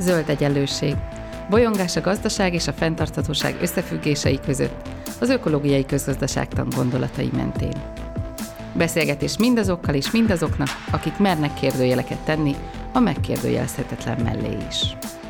Zöld egyenlőség. Bolyongás a gazdaság és a fenntarthatóság összefüggései között, az ökológiai közgazdaságtan gondolatai mentén. Beszélgetés mindazokkal és mindazoknak, akik mernek kérdőjeleket tenni a megkérdőjelezhetetlen mellé is.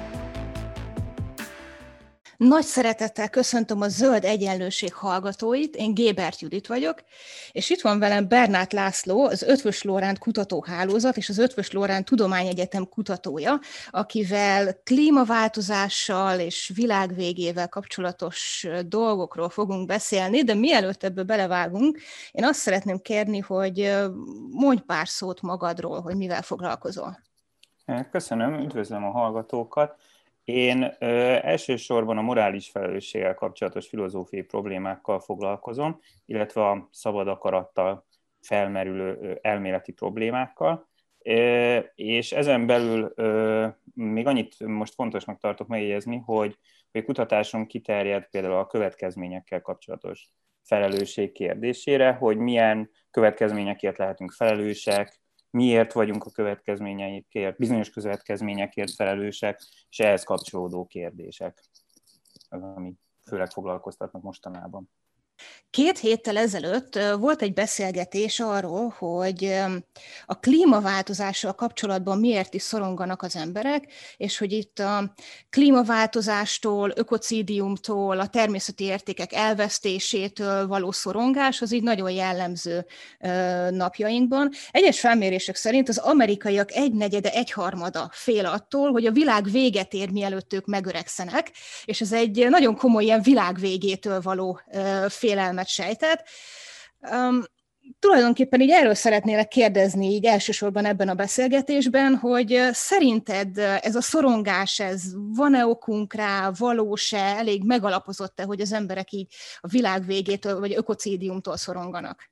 Nagy szeretettel köszöntöm a Zöld Egyenlőség hallgatóit, én Gébert Judit vagyok, és itt van velem Bernát László, az Eötvös Loránd Kutatóhálózat és az Eötvös Loránd Tudományegyetem kutatója, akivel klímaváltozással és világvégével kapcsolatos dolgokról fogunk beszélni, de mielőtt ebből belevágunk, én azt szeretném kérni, hogy mondj pár szót magadról, hogy mivel foglalkozol. Köszönöm, üdvözlöm a hallgatókat. Én elsősorban a morális felelősséggel kapcsolatos filozófiai problémákkal foglalkozom, illetve a szabad akarattal felmerülő elméleti problémákkal, és ezen belül még annyit most fontosnak tartok megjegyezni, hogy a kutatáson kiterjed például a következményekkel kapcsolatos felelősség kérdésére, hogy milyen következményekért lehetünk felelősek, miért vagyunk a következményeikért, bizonyos következményekért felelősek, és ehhez kapcsolódó kérdések, az, ami főleg foglalkoztatnak mostanában. 2 héttel ezelőtt volt egy beszélgetés arról, hogy a klímaváltozással kapcsolatban miért is szoronganak az emberek, és hogy itt a klímaváltozástól, ökocídiumtól, a természeti értékek elvesztésétől való szorongás, az így nagyon jellemző napjainkban. Egyes felmérések szerint az amerikaiak 1/4, 1/3 fél attól, hogy a világ véget ér, mielőtt ők megöregszenek, és ez egy nagyon komoly ilyen világ végétől való félelmet sejtett. Tulajdonképpen így erről szeretnélek kérdezni így elsősorban ebben a beszélgetésben, hogy szerinted ez a szorongás, ez van-e okunk rá, valós-e, elég megalapozott-e, hogy az emberek így a világ végétől vagy ökocídiumtól szoronganak?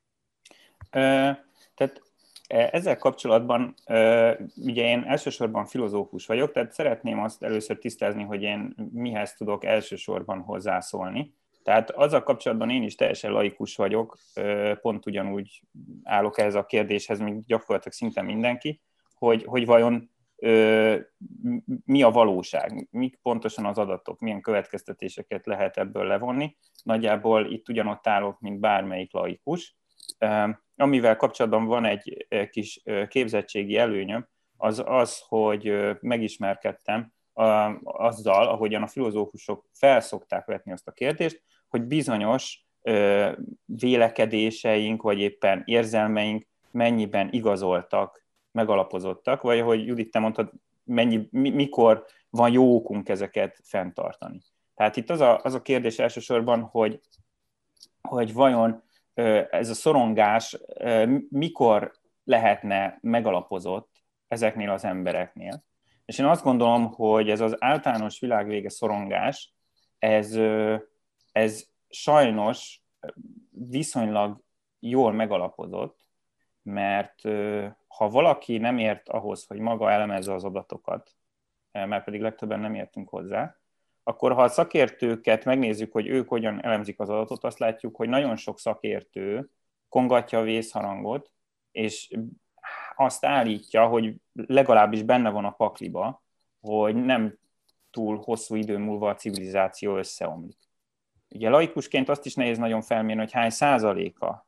Tehát ezzel kapcsolatban ugye én elsősorban filozófus vagyok, tehát szeretném azt először tisztázni, hogy én mihez tudok elsősorban hozzászólni. Tehát azzal kapcsolatban én is teljesen laikus vagyok, pont ugyanúgy állok ehhez a kérdéshez, mint gyakorlatilag szinte mindenki, hogy vajon mi a valóság, mik pontosan az adatok, milyen következtetéseket lehet ebből levonni. Nagyjából itt ugyanott állok, mint bármelyik laikus. Amivel kapcsolatban van egy kis képzettségi előnyöm, az, hogy megismerkedtem azzal, ahogyan a filozófusok felszokták vetni azt a kérdést, hogy bizonyos vélekedéseink, vagy éppen érzelmeink mennyiben igazoltak, megalapozottak, vagy ahogy Judit, te mondtad, mikor van jó okunk ezeket fenntartani. Tehát itt az a kérdés elsősorban, hogy vajon ez a szorongás mikor lehetne megalapozott ezeknél az embereknél. És én azt gondolom, hogy ez az általános világvége szorongás, ez sajnos viszonylag jól megalapozott, mert ha valaki nem ért ahhoz, hogy maga elemezze az adatokat, mert pedig legtöbben nem értünk hozzá, akkor ha a szakértőket megnézzük, hogy ők hogyan elemzik az adatot, azt látjuk, hogy nagyon sok szakértő kongatja a vészharangot, és azt állítja, hogy legalábbis benne van a pakliba, hogy nem túl hosszú idő múlva a civilizáció összeomlik. Ugye laikusként azt is nehéz nagyon felmérni, hogy hány százaléka,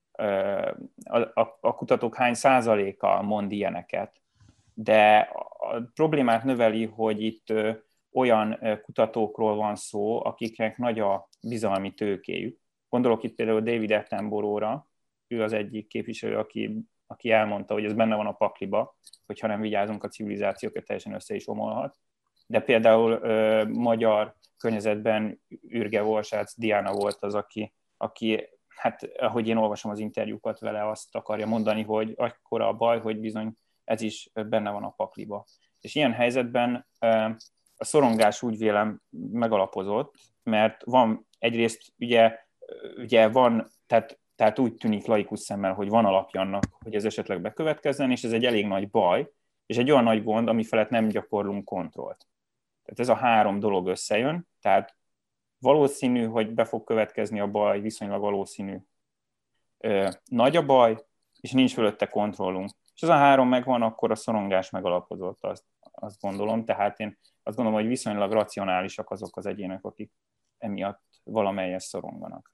a kutatók hány százaléka mond ilyeneket. De a problémát növeli, hogy itt olyan kutatókról van szó, akiknek nagy a bizalmi tőkéjük. Gondolok itt például David Attenborough-ra, ő az egyik képviselő, aki elmondta, hogy ez benne van a pakliba, hogyha nem vigyázunk, a civilizációkat teljesen össze is omolhat. De például magyar környezetben Ürge Wolsácz Diana volt az, aki, hát ahogy én olvasom az interjúkat vele, azt akarja mondani, hogy akkora a baj, hogy bizony ez is benne van a pakliba. És ilyen helyzetben a szorongás úgy vélem megalapozott, mert van egyrészt ugye van, tehát úgy tűnik laikus szemmel, hogy van alapja annak, hogy ez esetleg bekövetkezzen, és ez egy elég nagy baj, és egy olyan nagy gond, ami felett nem gyakorlunk kontrollt. Tehát ez a 3 dolog összejön, tehát valószínű, hogy be fog következni a baj, viszonylag valószínű. Nagy a baj, és nincs fölötte kontrollunk. És az a 3 megvan, akkor a szorongás megalapozott, azt gondolom. Tehát én azt gondolom, hogy viszonylag racionálisak azok az egyének, akik emiatt valamelyes szoronganak.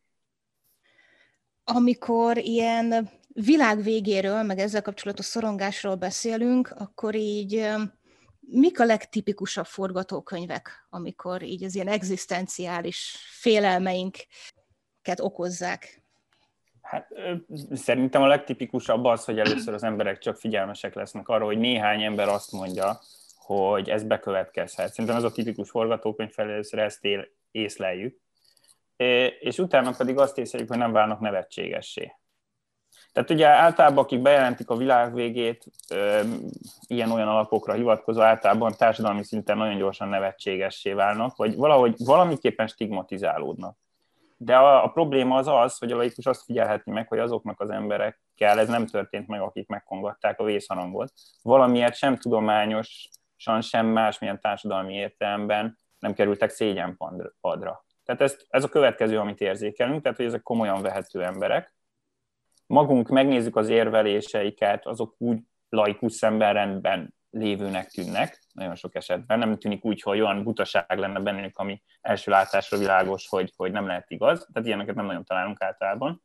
Amikor ilyen világ végéről, meg ezzel kapcsolatos szorongásról beszélünk, akkor így mik a legtipikusabb forgatókönyvek, amikor így az ilyen egzisztenciális félelmeinket okozzák? Hát szerintem a legtipikusabb az, hogy először az emberek csak figyelmesek lesznek arra, hogy néhány ember azt mondja, hogy ez bekövetkezhet. Szerintem ez a tipikus forgatókönyv, fel először ezt észleljük, és utána pedig azt észleljük, hogy nem válnak nevetségessé. Tehát ugye általában, akik bejelentik a világ végét, ilyen-olyan alapokra hivatkozó, általában társadalmi szinten nagyon gyorsan nevetségessé válnak, vagy valamiképpen stigmatizálódnak. De a probléma az, hogy a laikus azt figyelheti meg, hogy azoknak az emberekkel ez nem történt meg, akik megkongatták a vészharangot. Valamiért sem tudományosan, sem másmilyen társadalmi értelemben nem kerültek szégyenpadra. Tehát ez a következő, amit érzékelünk, tehát hogy ezek komolyan vehető emberek. Magunk megnézzük az érveléseiket, azok úgy laikus szemben rendben lévőnek tűnnek, nagyon sok esetben. Nem tűnik úgy, hogy olyan butaság lenne bennük, ami első látásra világos, hogy nem lehet igaz. Tehát ilyeneket nem nagyon találunk általában.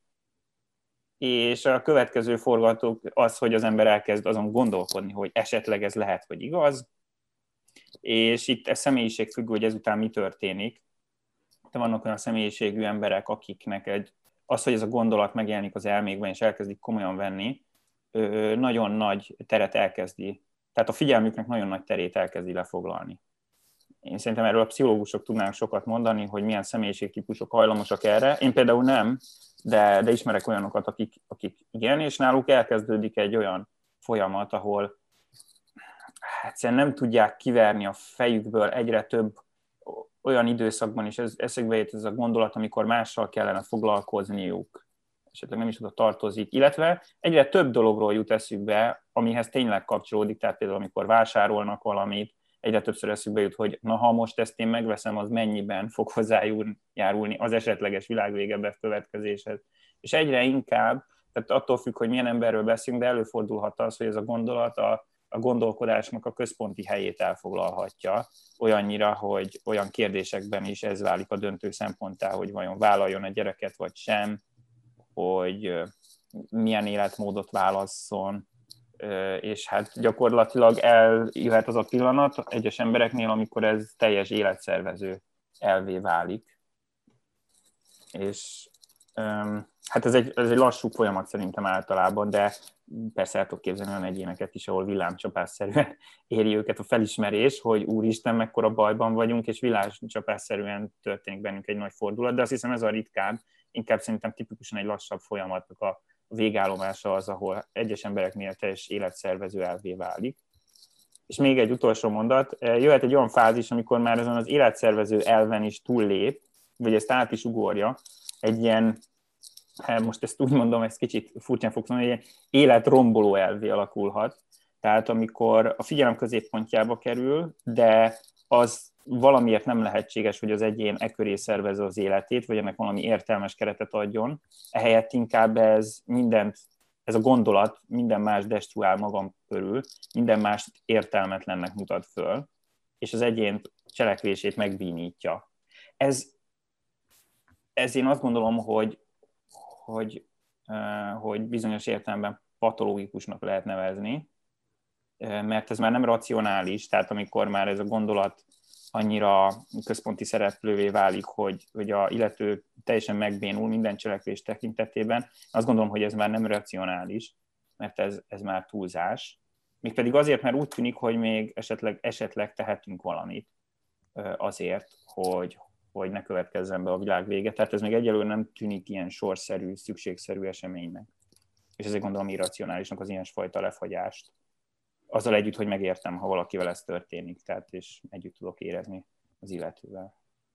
És a következő forgatók az, hogy az ember elkezd azon gondolkodni, hogy esetleg ez lehet, hogy igaz. És itt ez személyiségfüggő, hogy ezután mi történik. De vannak olyan személyiségű emberek, akiknek az, hogy ez a gondolat megjelenik az elmékben, és elkezdik komolyan venni, nagyon nagy teret elkezdi. Tehát a figyelmüknek nagyon nagy terét elkezdi lefoglalni. Én szerintem erről a pszichológusok tudnának sokat mondani, hogy milyen személyiségtípusok hajlamosak erre. Én például nem, de ismerek olyanokat, akik igen, és náluk elkezdődik egy olyan folyamat, ahol egyszerűen nem tudják kiverni a fejükből egyre több olyan időszakban is eszekbe jött ez a gondolat, amikor mással kellene foglalkozniuk, esetleg nem is oda tartozik, illetve egyre több dologról jut eszükbe, amihez tényleg kapcsolódik, tehát például amikor vásárolnak valamit, egyre többször eszükbe jut, hogy na, ha most ezt én megveszem, az mennyiben fog hozzájárulni az esetleges világvége bekövetkezéshez. És egyre inkább, tehát attól függ, hogy milyen emberről beszélünk, de előfordulhat az, hogy ez a gondolat a gondolkodásnak a központi helyét elfoglalhatja, olyannyira, hogy olyan kérdésekben is ez válik a döntő szemponttá, hogy vajon vállaljon a gyereket vagy sem, hogy milyen életmódot válasszon, és hát gyakorlatilag eljöhet az a pillanat egyes embereknél, amikor ez teljes életszervező elvé válik. És hát ez egy lassú folyamat szerintem általában, de persze el tudok képzelni olyan egyéneket is, ahol villámcsapásszerűen éri őket a felismerés, hogy úristen, mekkora bajban vagyunk, és villámcsapásszerűen történik bennünk egy nagy fordulat, de azt hiszem ez a ritkább, inkább szerintem tipikusan egy lassabb folyamatnak a végállomása az, ahol egyes embereknél teljes életszervező elvé válik. És még egy utolsó mondat, jöhet egy olyan fázis, amikor már ezen az életszervező elven is túllép, vagy ezt át is ugorja, egy ilyen, most ezt úgy mondom, ez kicsit furcsán fogsz mondani, egy életromboló elvé alakulhat. Tehát amikor a figyelem középpontjába kerül, de az valamiért nem lehetséges, hogy az egyén köré szervezze az életét, vagy ennek valami értelmes keretet adjon. Ehelyett inkább ez a gondolat minden más destruál magam körül, minden más értelmetlennek mutat föl, és az egyén cselekvését megbénítja. Ez én azt gondolom, hogy bizonyos értelemben patológikusnak lehet nevezni, mert ez már nem racionális, tehát amikor már ez a gondolat annyira központi szereplővé válik, hogy a illető teljesen megbénul minden cselekvés tekintetében, azt gondolom, hogy ez már nem racionális, mert ez már túlzás. Mégpedig azért, mert úgy tűnik, hogy még esetleg tehetünk valamit azért, hogy ne következzen be a világ vége. Tehát ez még egyelőre nem tűnik ilyen sorszerű, szükségszerű eseménynek. És ezért gondolom irracionálisnak az ilyesfajta lefagyást. Azzal együtt, hogy megértem, ha valakivel ez történik, tehát és együtt tudok érezni az illetővel.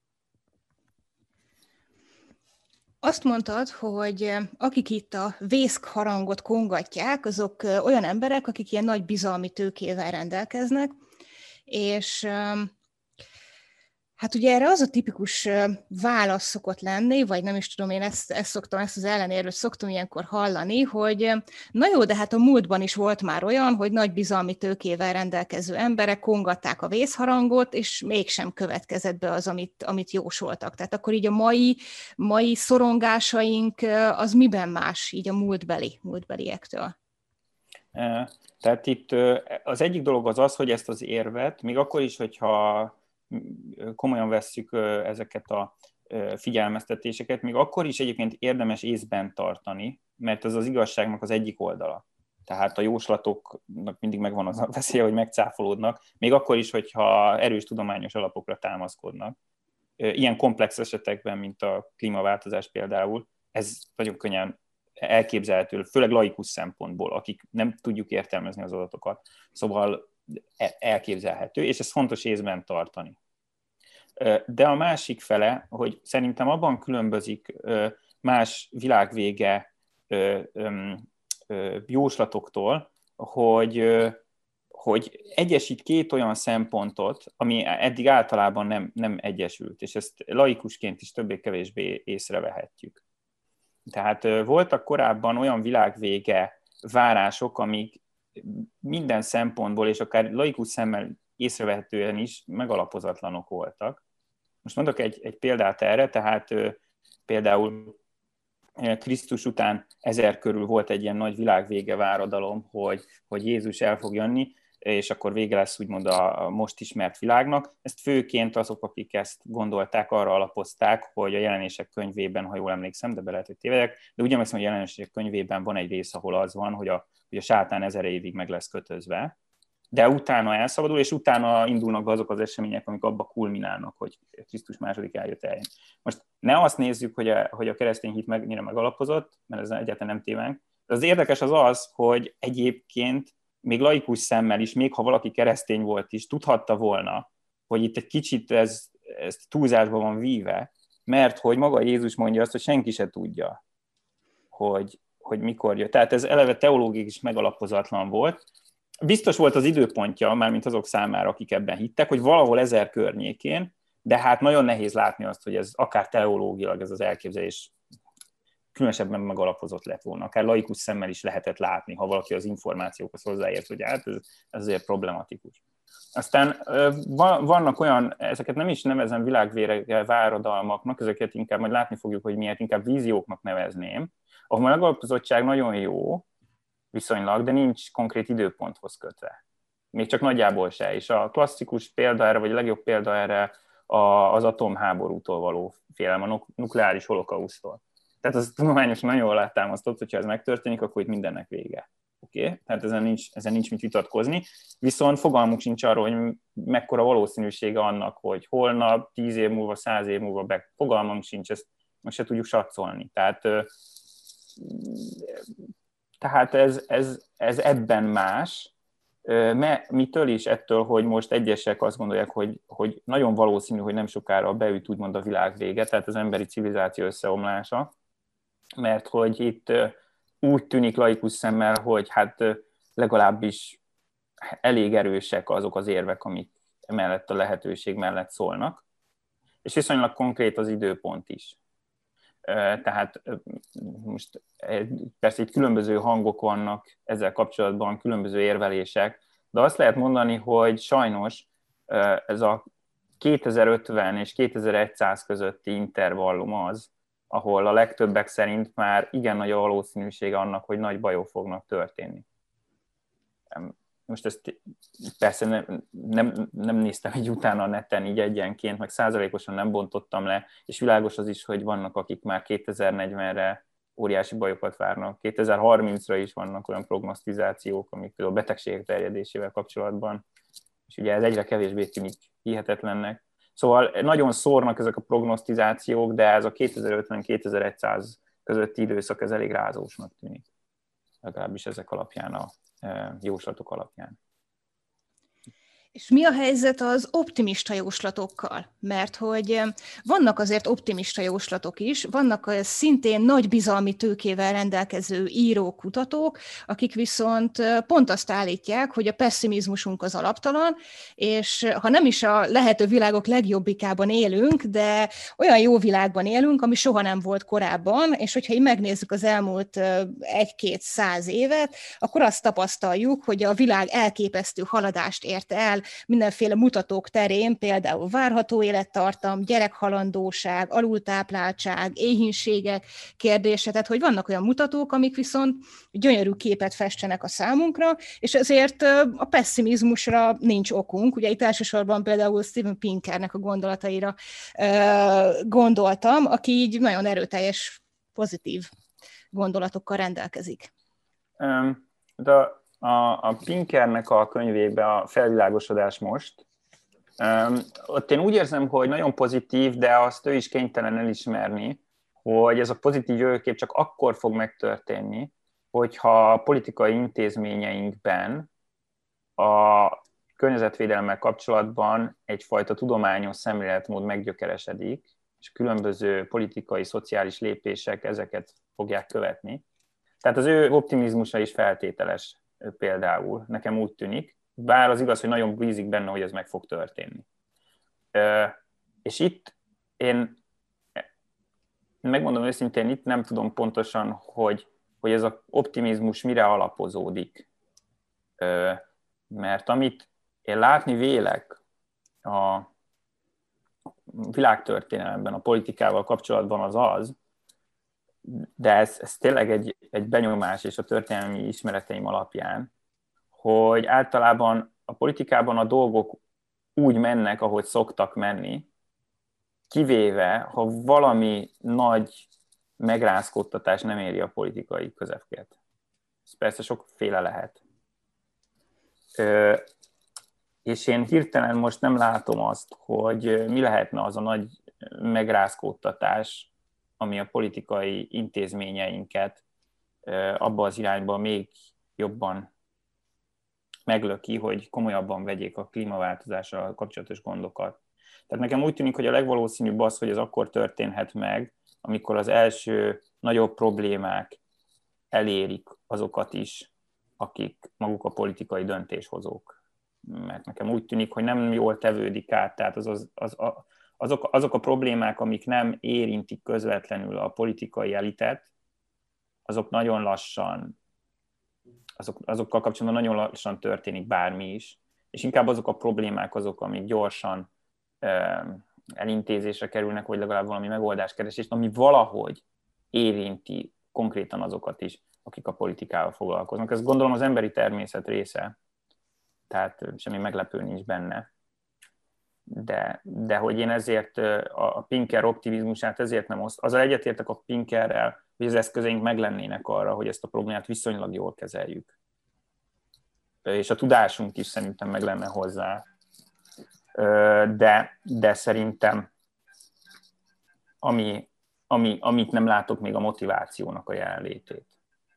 Azt mondtad, hogy akik itt a vészharangot kongatják, azok olyan emberek, akik ilyen nagy bizalmi tőkével rendelkeznek, és Hát ugye erre az a tipikus válasz szokott lenni, vagy nem is tudom, én ezt az ellenérvet szoktam ilyenkor hallani, hogy na jó, de hát a múltban is volt már olyan, hogy nagy bizalmi tőkével rendelkező emberek kongatták a vészharangot, és mégsem következett be az, amit jósoltak. Tehát akkor így a mai szorongásaink az miben más így a múltbeliektől? Tehát itt az egyik dolog az, hogy ezt az érvet, még akkor is, hogyha komolyan vesszük ezeket a figyelmeztetéseket, még akkor is egyébként érdemes észben tartani, mert ez az igazságnak az egyik oldala. Tehát a jóslatoknak mindig megvan az a veszélye, hogy megcáfolódnak, még akkor is, hogyha erős tudományos alapokra támaszkodnak. Ilyen komplex esetekben, mint a klímaváltozás például, ez nagyon könnyen elképzelhető, főleg laikus szempontból, akik nem tudjuk értelmezni az adatokat. Szóval elképzelhető, és ez fontos észben tartani. De a másik fele, hogy szerintem abban különbözik más világvége jóslatoktól, hogy egyesít két olyan szempontot, ami eddig általában nem egyesült, és ezt laikusként is többé-kevésbé észrevehetjük. Tehát voltak korábban olyan világvége várások, amik minden szempontból, és akár laikus szemmel észrevehetően is megalapozatlanok voltak. Most mondok egy példát erre, tehát például Krisztus után 1000 körül volt egy ilyen nagy világvége váradalom, hogy Jézus el fog jönni, és akkor vége lesz úgymond a most ismert világnak. Ezt főként azok, akik ezt gondolták, arra alapozták, hogy a Jelenések könyvében, ha jól emlékszem, de be lehet, hogy tévedek, de úgy emlékszem, hogy a Jelenések könyvében van egy rész, ahol az van, hogy a sátán 1000 évig meg lesz kötözve, de utána elszabadul, és utána indulnak be azok az események, amik abba kulminálnak, hogy Krisztus második eljött eljön. Most ne azt nézzük, hogy a keresztény hit mennyire megalapozott, mert ez egyáltalán nem témánk. Az érdekes az, hogy egyébként még laikus szemmel is, még ha valaki keresztény volt is, tudhatta volna, hogy itt egy kicsit ez túlzásba van víve, mert hogy maga Jézus mondja azt, hogy senki se tudja, hogy mikor jön. Tehát ez eleve teológiailag is megalapozatlan volt. Biztos volt az időpontja, mármint azok számára, akik ebben hittek, hogy valahol 1000 környékén, de hát nagyon nehéz látni azt, hogy ez akár teológiailag ez az elképzelés különösebben megalapozott lett volna. Akár laikus szemmel is lehetett látni, ha valaki az információkhoz hozzáért, hogy hát ez azért problematikus. Aztán vannak olyan, ezeket nem is nevezem világvége váradalmaknak, ezeket inkább majd látni fogjuk, hogy miért inkább vízióknak nevezném, ahol a megalapozottság nagyon jó, viszonylag, de nincs konkrét időponthoz kötve. Még csak nagyjából se. És a klasszikus példa erre, vagy a legjobb példa erre az atomháborútól való félelem, a nukleáris holokausztól. Tehát az tudományosan nagyon jól alátámasztott, hogyha ez megtörténik, akkor itt mindennek vége. Oké? Tehát ezen nincs mit vitatkozni. Viszont fogalmunk sincs arról, hogy mekkora valószínűsége annak, hogy holnap, 10 év múlva, 100 év múlva fogalmunk sincs, ezt most se tudjuk satszolni. Tehát ez ebben más, mitől is ettől, hogy most egyesek azt gondolják, hogy nagyon valószínű, hogy nem sokára beüt úgymond a világ vége, tehát az emberi civilizáció összeomlása, mert hogy itt úgy tűnik laikus szemmel, hogy hát legalábbis elég erősek azok az érvek, amik emellett a lehetőség mellett szólnak, és viszonylag konkrét az időpont is. Tehát most persze itt különböző hangok vannak ezzel kapcsolatban, különböző érvelések, de azt lehet mondani, hogy sajnos ez a 2050 és 2100 közötti intervallum az, ahol a legtöbbek szerint már igen nagy a valószínűsége annak, hogy nagy bajok fognak történni. Most ezt persze nem néztem így utána a neten így egyenként, meg százalékosan nem bontottam le, és világos az is, hogy vannak, akik már 2040-re óriási bajokat várnak. 2030-ra is vannak olyan prognosztizációk, amik például a betegségek terjedésével kapcsolatban, és ugye ez egyre kevésbé tűnik hihetetlennek. Szóval nagyon szórnak ezek a prognosztizációk, de ez a 2050-2100 közötti időszak ez elég rázósnak tűnik. Legalábbis ezek alapján, a jóslatok alapján. És mi a helyzet az optimista jóslatokkal? Mert hogy vannak azért optimista jóslatok is, vannak szintén nagy bizalmi tőkével rendelkező írók, kutatók, akik viszont pont azt állítják, hogy a pessimizmusunk az alaptalan, és ha nem is a lehető világok legjobbikában élünk, de olyan jó világban élünk, ami soha nem volt korábban, és hogyha így megnézzük az elmúlt 1-200 évet, akkor azt tapasztaljuk, hogy a világ elképesztő haladást ért el mindenféle mutatók terén, például várható élettartam, gyerekhalandóság, alultápláltság, éhínségek kérdése, tehát hogy vannak olyan mutatók, amik viszont gyönyörű képet festenek a számunkra, és ezért a pessimizmusra nincs okunk. Ugye itt elsősorban például Steven Pinkernek a gondolataira gondoltam, aki így nagyon erőteljes, pozitív gondolatokkal rendelkezik. De a Pinkernek a könyvébe a felvilágosodás most, ott én úgy érzem, hogy nagyon pozitív, de azt ő is kénytelen elismerni, hogy ez a pozitív jövőkép csak akkor fog megtörténni, hogyha a politikai intézményeinkben a környezetvédelemmel kapcsolatban egyfajta tudományos szemléletmód meggyökeresedik, és különböző politikai, szociális lépések ezeket fogják követni. Tehát az ő optimizmusa is feltételes például, nekem úgy tűnik, bár az igaz, hogy nagyon bízik benne, hogy ez meg fog történni. És itt én megmondom őszintén, itt nem tudom pontosan, hogy ez az optimizmus mire alapozódik. Mert amit én látni vélek a világtörténelemben, a politikával kapcsolatban az, de ez tényleg egy benyomás és a történelmi ismereteim alapján, hogy általában a politikában a dolgok úgy mennek, ahogy szoktak menni, kivéve, ha valami nagy megrázkódtatás nem éri a politikai közepket. Ez persze sokféle lehet. És én hirtelen most nem látom azt, hogy mi lehetne az a nagy megrázkódtatás, ami a politikai intézményeinket abba az irányba még jobban meglöki, hogy komolyabban vegyék a klímaváltozással kapcsolatos gondokat. Tehát nekem úgy tűnik, hogy a legvalószínűbb az, hogy ez akkor történhet meg, amikor az első nagyobb problémák elérik azokat is, akik maguk a politikai döntéshozók. Mert nekem úgy tűnik, hogy nem jól tevődik át, tehát azok a problémák, amik nem érintik közvetlenül a politikai elitet, azok nagyon lassan, azokkal kapcsolatban nagyon lassan történik bármi is, és inkább azok a problémák azok, amik gyorsan elintézésre kerülnek, vagy legalább valami megoldáskeresést, ami valahogy érinti konkrétan azokat is, akik a politikával foglalkoznak. Ez gondolom az emberi természet része, tehát semmi meglepő nincs benne. De hogy én ezért a Pinker optimizmusát ezért nem oszt. Azzal egyetértek a Pinkerrel, hogy az eszközeink meglennének arra, hogy ezt a problémát viszonylag jól kezeljük. És a tudásunk is szerintem meg lenne hozzá. De szerintem amit nem látok, még a motivációnak a jelenlétét.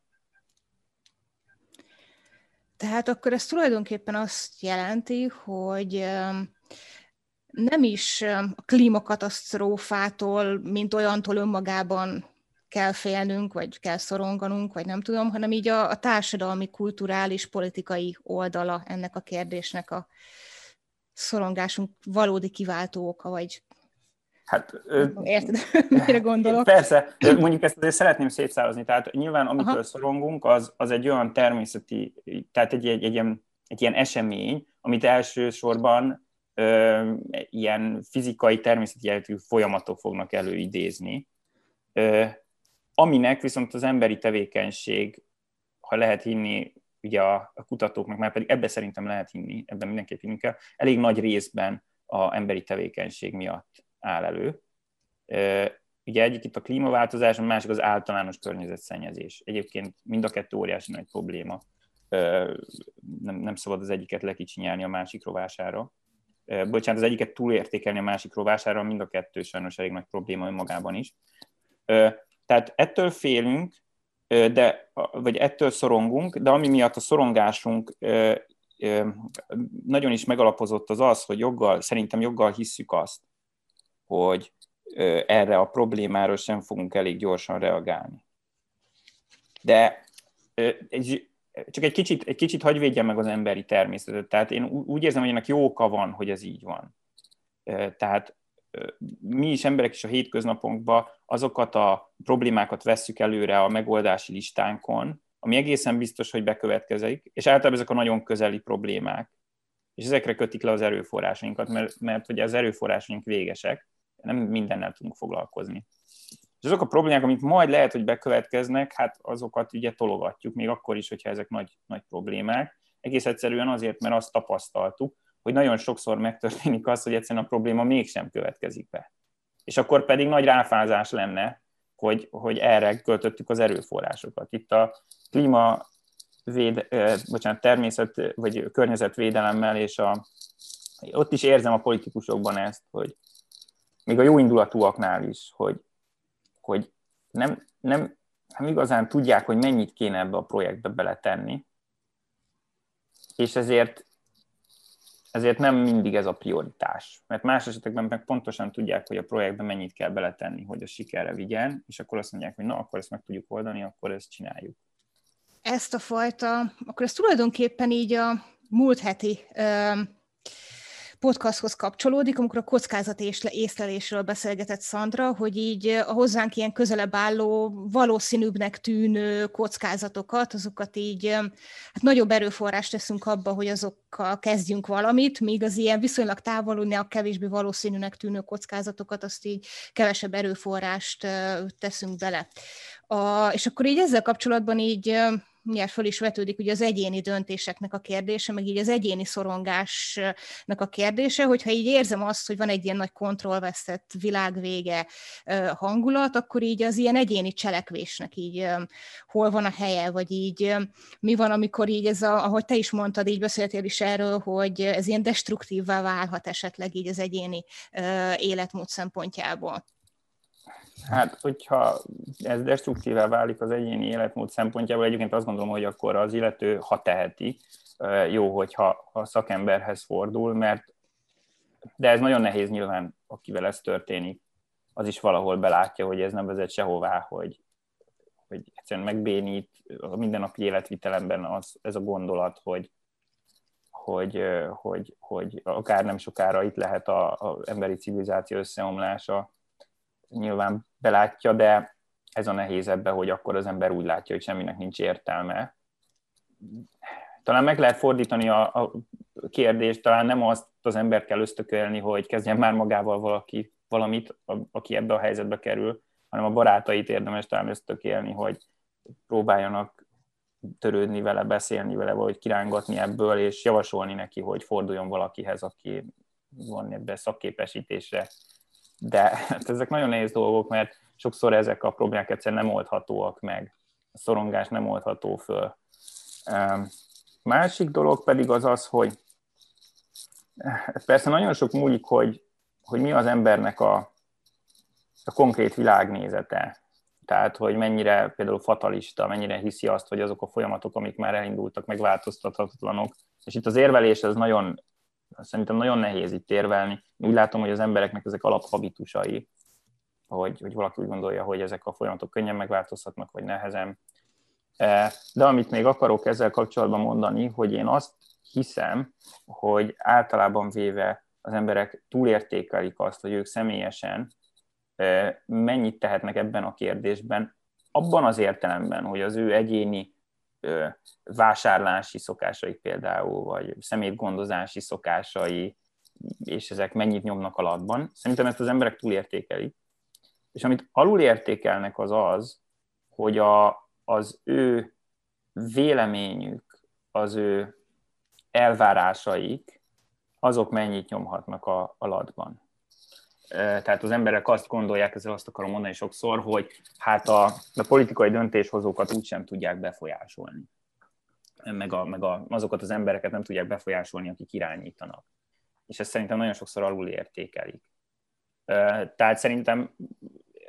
Tehát akkor ez tulajdonképpen azt jelenti, hogy nem is a klímakatasztrófától, mint olyantól önmagában kell félnünk, vagy kell szoronganunk, vagy nem tudom, hanem így a társadalmi, kulturális, politikai oldala ennek a kérdésnek a szorongásunk valódi kiváltó oka, vagy hát, érted, mire gondolok? Persze, mondjuk ezt azért szeretném szétszállazni, tehát nyilván amitől szorongunk, az egy olyan természeti, tehát egy ilyen esemény, amit elsősorban ilyen fizikai, természeti jellegű folyamatok fognak előidézni, aminek viszont az emberi tevékenység, ha lehet hinni ugye a kutatóknak, már pedig ebben szerintem lehet hinni, ebben mindenképp hinni kell, elég nagy részben az emberi tevékenység miatt áll elő. Ugye egyik itt a klímaváltozás, a másik az általános környezetszennyezés. Egyébként mind a kettő óriási nagy probléma. Nem szabad az egyiket lekicsinyelni a másik rovására. Bocsánat, az egyiket túlértékelni a másik rovására, mind a kettő sajnos elég nagy probléma önmagában is. Tehát ettől félünk, vagy ettől szorongunk, de ami miatt a szorongásunk nagyon is megalapozott az, hogy szerintem joggal hisszük azt, hogy erre a problémára sem fogunk elég gyorsan reagálni. De csak egy kicsit hagyj védjem meg az emberi természetet. Tehát én úgy érzem, hogy ennek jó oka van, hogy ez így van. Tehát mi is emberek is a hétköznapunkban azokat a problémákat vesszük előre a megoldási listánkon, ami egészen biztos, hogy bekövetkezik, és általában ezek a nagyon közeli problémák, és ezekre kötik le az erőforrásainkat, mert ugye az erőforrásaink végesek, nem mindennel tudunk foglalkozni. És azok a problémák, amik majd lehet, hogy bekövetkeznek, hát azokat ugye tologatjuk, még akkor is, hogyha ezek nagy problémák. Egész egyszerűen azért, mert azt tapasztaltuk, hogy nagyon sokszor megtörténik az, hogy egyszerűen a probléma mégsem következik be. És akkor pedig nagy ráfázás lenne, hogy erre költöttük az erőforrásokat. Itt a természet vagy környezetvédelemmel, és ott is érzem a politikusokban ezt, hogy még a jó indulatúaknál is, hogy nem igazán tudják, hogy mennyit kéne ebbe a projektbe beletenni, és ezért nem mindig ez a prioritás. Mert más esetekben meg pontosan tudják, hogy a projektben mennyit kell beletenni, hogy a sikerre vigyen, és akkor azt mondják, hogy na, akkor ezt meg tudjuk oldani, akkor ezt csináljuk. Ezt a fajta, akkor ez tulajdonképpen így a múlt heti podcasthoz kapcsolódik, amikor a kockázat észlelésről beszélgetett Szandra, hogy így a hozzánk ilyen közelebb álló, valószínűbbnek tűnő kockázatokat, azokat így hát nagyobb erőforrást teszünk abba, hogy azokkal kezdjünk valamit, míg az ilyen viszonylag távolulni, kevésbé valószínűnek tűnő kockázatokat, azt így kevesebb erőforrást teszünk bele. És akkor így ezzel kapcsolatban így mindjárt föl is vetődik ugye az egyéni döntéseknek a kérdése, meg így az egyéni szorongásnak a kérdése, hogyha így érzem azt, hogy van egy ilyen nagy kontrollvesztett világvége hangulat, akkor így az ilyen egyéni cselekvésnek így hol van a helye, vagy így mi van, amikor így ez ahogy te is mondtad, így beszéltél is erről, hogy ez ilyen destruktívvá válhat esetleg így az egyéni életmód szempontjából. Hát, hogyha ez destruktívá válik az egyéni életmód szempontjából, egyébként azt gondolom, hogy akkor az illető, ha teheti, jó, hogyha a szakemberhez fordul, de ez nagyon nehéz nyilván, akivel ez történik, az is valahol belátja, hogy ez nem vezet sehová, hogy egyszerűen megbénít a mindennapi életvitelemben ez a gondolat, hogy akár nem sokára itt lehet az emberi civilizáció összeomlása, nyilván belátja, de ez a nehéz ebben, hogy akkor az ember úgy látja, hogy semminek nincs értelme. Talán meg lehet fordítani a kérdést, talán nem azt az embert kell ösztökölni, hogy kezdjen már magával valamit, aki ebbe a helyzetbe kerül, hanem a barátait érdemes talán ösztökélni, hogy próbáljanak törődni vele, beszélni vele, vagy kirángatni ebből, és javasolni neki, hogy forduljon valakihez, aki van ebben szakképesítésre. De hát ezek nagyon nehéz dolgok, mert sokszor ezek a problémák egyszerűen nem oldhatóak meg. A szorongás nem oldható föl. Másik dolog pedig az, hogy persze nagyon sok múlik, hogy mi az embernek a konkrét világnézete. Tehát, hogy mennyire például fatalista, mennyire hiszi azt, hogy azok a folyamatok, amik már elindultak, megváltoztathatatlanok. És itt az érvelés az szerintem nagyon nehéz itt érvelni. Úgy látom, hogy az embereknek ezek alaphabitusai, hogy valaki úgy gondolja, hogy ezek a folyamatok könnyen megváltozhatnak, vagy nehezen. De amit még akarok ezzel kapcsolatban mondani, hogy én azt hiszem, hogy általában véve az emberek túlértékelik azt, hogy ők személyesen mennyit tehetnek ebben a kérdésben, abban az értelemben, hogy az ő egyéni vásárlási szokásai például, vagy szemétgondozási szokásai, és ezek mennyit nyomnak alatban. Szerintem ezt az emberek túlértékelik. És amit alulértékelnek az, hogy az ő véleményük, az ő elvárásaik, azok mennyit nyomhatnak alatban. Tehát az emberek azt gondolják, ezzel azt akarom mondani sokszor, hogy hát a politikai döntéshozókat úgysem tudják befolyásolni. Meg azokat az embereket nem tudják befolyásolni, akik irányítanak. És ezt szerintem nagyon sokszor alul értékelik. Tehát szerintem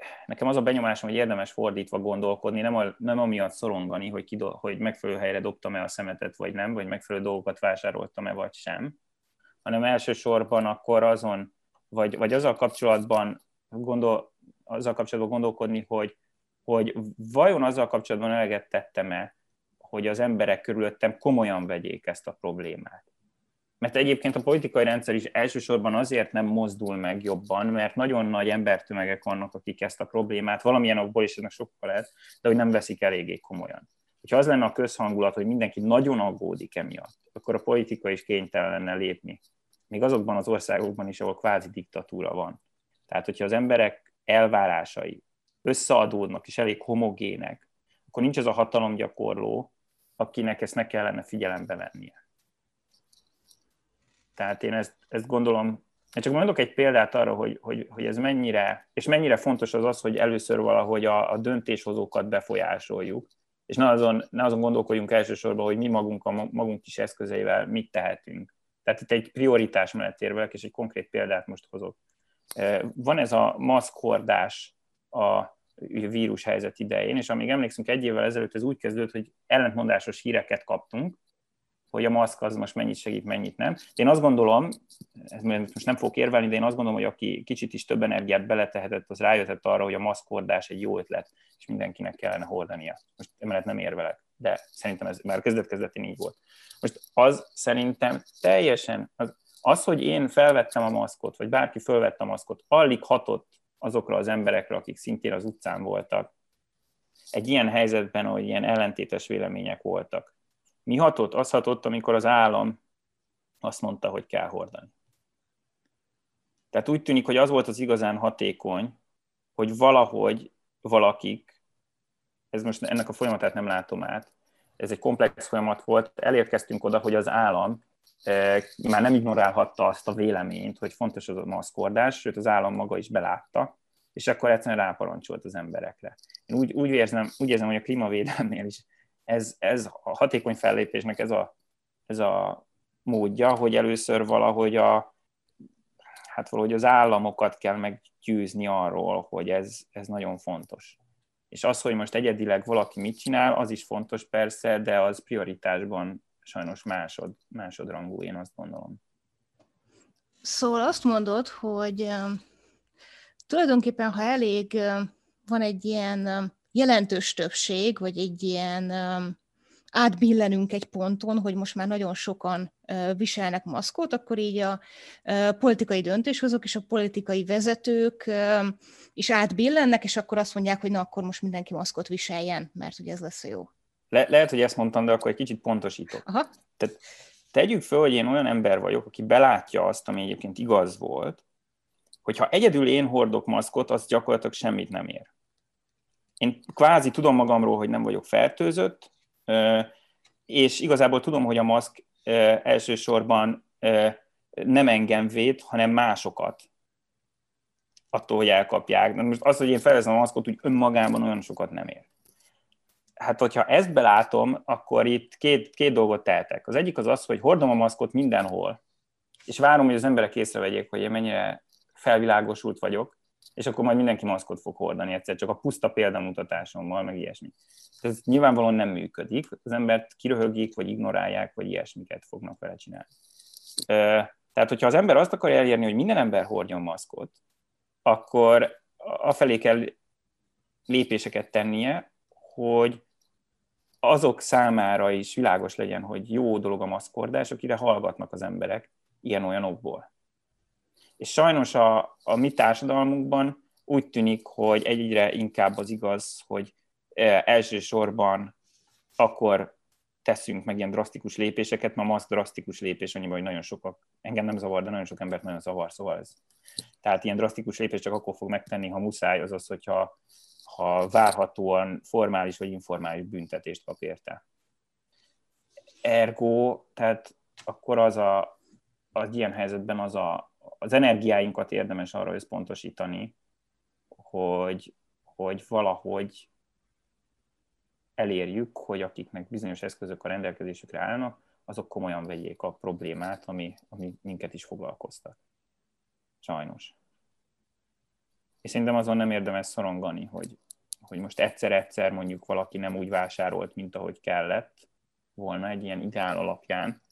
nekem az a benyomásom, hogy érdemes fordítva gondolkodni, nem amiatt szorongani, hogy megfelelő helyre dobtam-e a szemetet, vagy nem, vagy megfelelő dolgokat vásároltam-e, vagy sem, hanem elsősorban akkor azon, vagy azzal kapcsolatban gondolkodni, hogy vajon azzal kapcsolatban eleget tettem-e, hogy az emberek körülöttem komolyan vegyék ezt a problémát. Mert egyébként a politikai rendszer is elsősorban azért nem mozdul meg jobban, mert nagyon nagy embertömegek vannak, akik ezt a problémát valamilyen okból is ennek sokkal lehet, de hogy nem veszik eléggé komolyan. Hogyha az lenne a közhangulat, hogy mindenki nagyon aggódik emiatt, akkor a politika is kénytelen lenne lépni. Még azokban az országokban is, ahol kvázi diktatúra van. Tehát, hogyha az emberek elvárásai összeadódnak és elég homogének, akkor nincs az a hatalomgyakorló, akinek ezt ne kellene figyelembe vennie. Tehát én ezt gondolom, én csak mondok egy példát arra, hogy ez mennyire fontos az, hogy először valahogy a döntéshozókat befolyásoljuk, és ne azon gondolkodjunk elsősorban, hogy mi magunk kis eszközeivel mit tehetünk. Tehát itt egy prioritás mellett érvelek, és egy konkrét példát most hozok. Van ez a maszkhordás a vírushelyzet idején, és amíg emlékszünk, 1 évvel ezelőtt ez úgy kezdődött, hogy ellentmondásos híreket kaptunk, hogy a maszk az most mennyit segít, mennyit nem. Én azt gondolom, most nem fogok érvelni, de én azt gondolom, hogy aki kicsit is több energiát beletehetett, az rájöhetett arra, hogy a maszkhordás egy jó ötlet, és mindenkinek kellene hordania. Most emellett nem érvelek, de szerintem ez már kezdet-kezdetén így volt. Most az szerintem teljesen, az, hogy én felvettem a maszkot, vagy bárki felvette a maszkot, alig hatott azokra az emberekre, akik szintén az utcán voltak. Egy ilyen helyzetben, hogy ilyen ellentétes vélemények voltak. Mi hatott? Az hatott, amikor az állam azt mondta, hogy kell hordani. Tehát úgy tűnik, hogy az volt az igazán hatékony, hogy valahogy valakik, ez most ennek a folyamatát nem látom át, ez egy komplex folyamat volt, elérkeztünk oda, hogy az állam már nem ignorálhatta azt a véleményt, hogy fontos az a maszkhordás, sőt az állam maga is belátta, és akkor egyszerűen ráparancsolt az emberekre. Én úgy érzem, hogy a klímavédelemnél is ez a hatékony fellépésnek ez a módja, hogy először valahogy az államokat kell meggyőzni arról, hogy ez nagyon fontos. És az, hogy most egyedileg valaki mit csinál, az is fontos persze, de az prioritásban sajnos másodrangú, én azt gondolom. Szóval azt mondod, hogy tulajdonképpen, ha elég van egy ilyen jelentős többség, vagy egy ilyen átbillenünk egy ponton, hogy most már nagyon sokan viselnek maszkot, akkor így a politikai döntéshozók és a politikai vezetők is átbillennek, és akkor azt mondják, hogy na, akkor most mindenki maszkot viseljen, mert ugye ez lesz a jó. Lehet, hogy ezt mondtam, de akkor egy kicsit pontosítok. Aha. Tehát tegyük föl, hogy én olyan ember vagyok, aki belátja azt, ami egyébként igaz volt, hogyha egyedül én hordok maszkot, az gyakorlatilag semmit nem ér. Én kvázi tudom magamról, hogy nem vagyok fertőzött, és igazából tudom, hogy a maszk elsősorban nem engem véd, hanem másokat attól, hogy elkapják. De most az, hogy én felveszem a maszkot, úgy önmagában olyan sokat nem ér. Hát, hogyha ezt belátom, akkor itt két dolgot tehetek. Az egyik az, hogy hordom a maszkot mindenhol, és várom, hogy az emberek észrevegyék, hogy én mennyire felvilágosult vagyok, és akkor majd mindenki maszkot fog hordani egyszer, csak a puszta példamutatásommal, meg ilyesmi. Ez nyilvánvalóan nem működik, az embert kiröhögik, vagy ignorálják, vagy ilyesmiket fognak vele csinálni. Tehát, hogyha az ember azt akar elérni, hogy minden ember hordjon maszkot, akkor afelé kell lépéseket tennie, hogy azok számára is világos legyen, hogy jó dolog a maszkhordás, akire hallgatnak az emberek ilyen-olyan okból. És sajnos a mi társadalmunkban úgy tűnik, hogy egyre inkább az igaz, hogy elsősorban akkor teszünk meg ilyen drasztikus lépéseket, ma maszk drasztikus lépés, annyiban, hogy nagyon sokak, engem nem zavar, de nagyon sok embert nagyon zavar, szóval ez. Tehát ilyen drasztikus lépés csak akkor fog megtenni, ha muszáj, azaz, hogyha várhatóan formális vagy informális büntetést kap érte. Ergo, tehát akkor az ilyen helyzetben az energiáinkat érdemes arra összpontosítani, hogy valahogy elérjük, hogy akiknek bizonyos eszközök a rendelkezésükre állnak, azok komolyan vegyék a problémát, ami minket is foglalkoztat. Sajnos. És szerintem azon nem érdemes szorongani, hogy most egyszer-egyszer mondjuk valaki nem úgy vásárolt, mint ahogy kellett volna egy ilyen ideál alapján,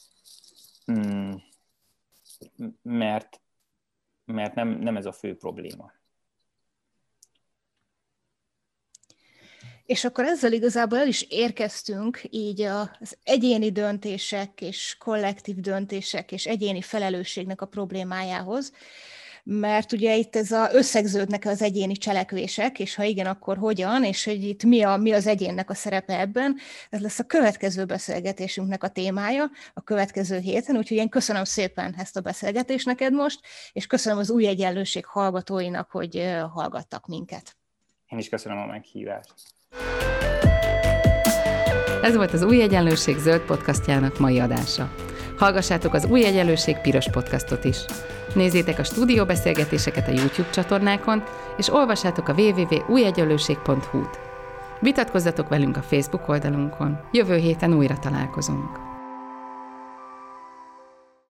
mert nem ez a fő probléma. És akkor ezzel igazából el is érkeztünk így az egyéni döntések és kollektív döntések és egyéni felelősségnek a problémájához, mert ugye itt összegződnek az egyéni cselekvések, és ha igen, akkor hogyan, és hogy itt mi az egyénnek a szerepe ebben. Ez lesz a következő beszélgetésünknek a témája a következő héten, úgyhogy én köszönöm szépen ezt a beszélgetést neked most, és köszönöm az Új Egyenlőség hallgatóinak, hogy hallgattak minket. Én is köszönöm a meghívást. Ez volt az Új Egyenlőség zöld podcastjának mai adása. Hallgassátok az Új Egyenlőség piros podcastot is. Nézzétek a stúdióbeszélgetéseket a YouTube csatornákon, és olvassátok a www.újegyenlőség.hu-t. Vitatkozzatok velünk a Facebook oldalunkon. Jövő héten újra találkozunk.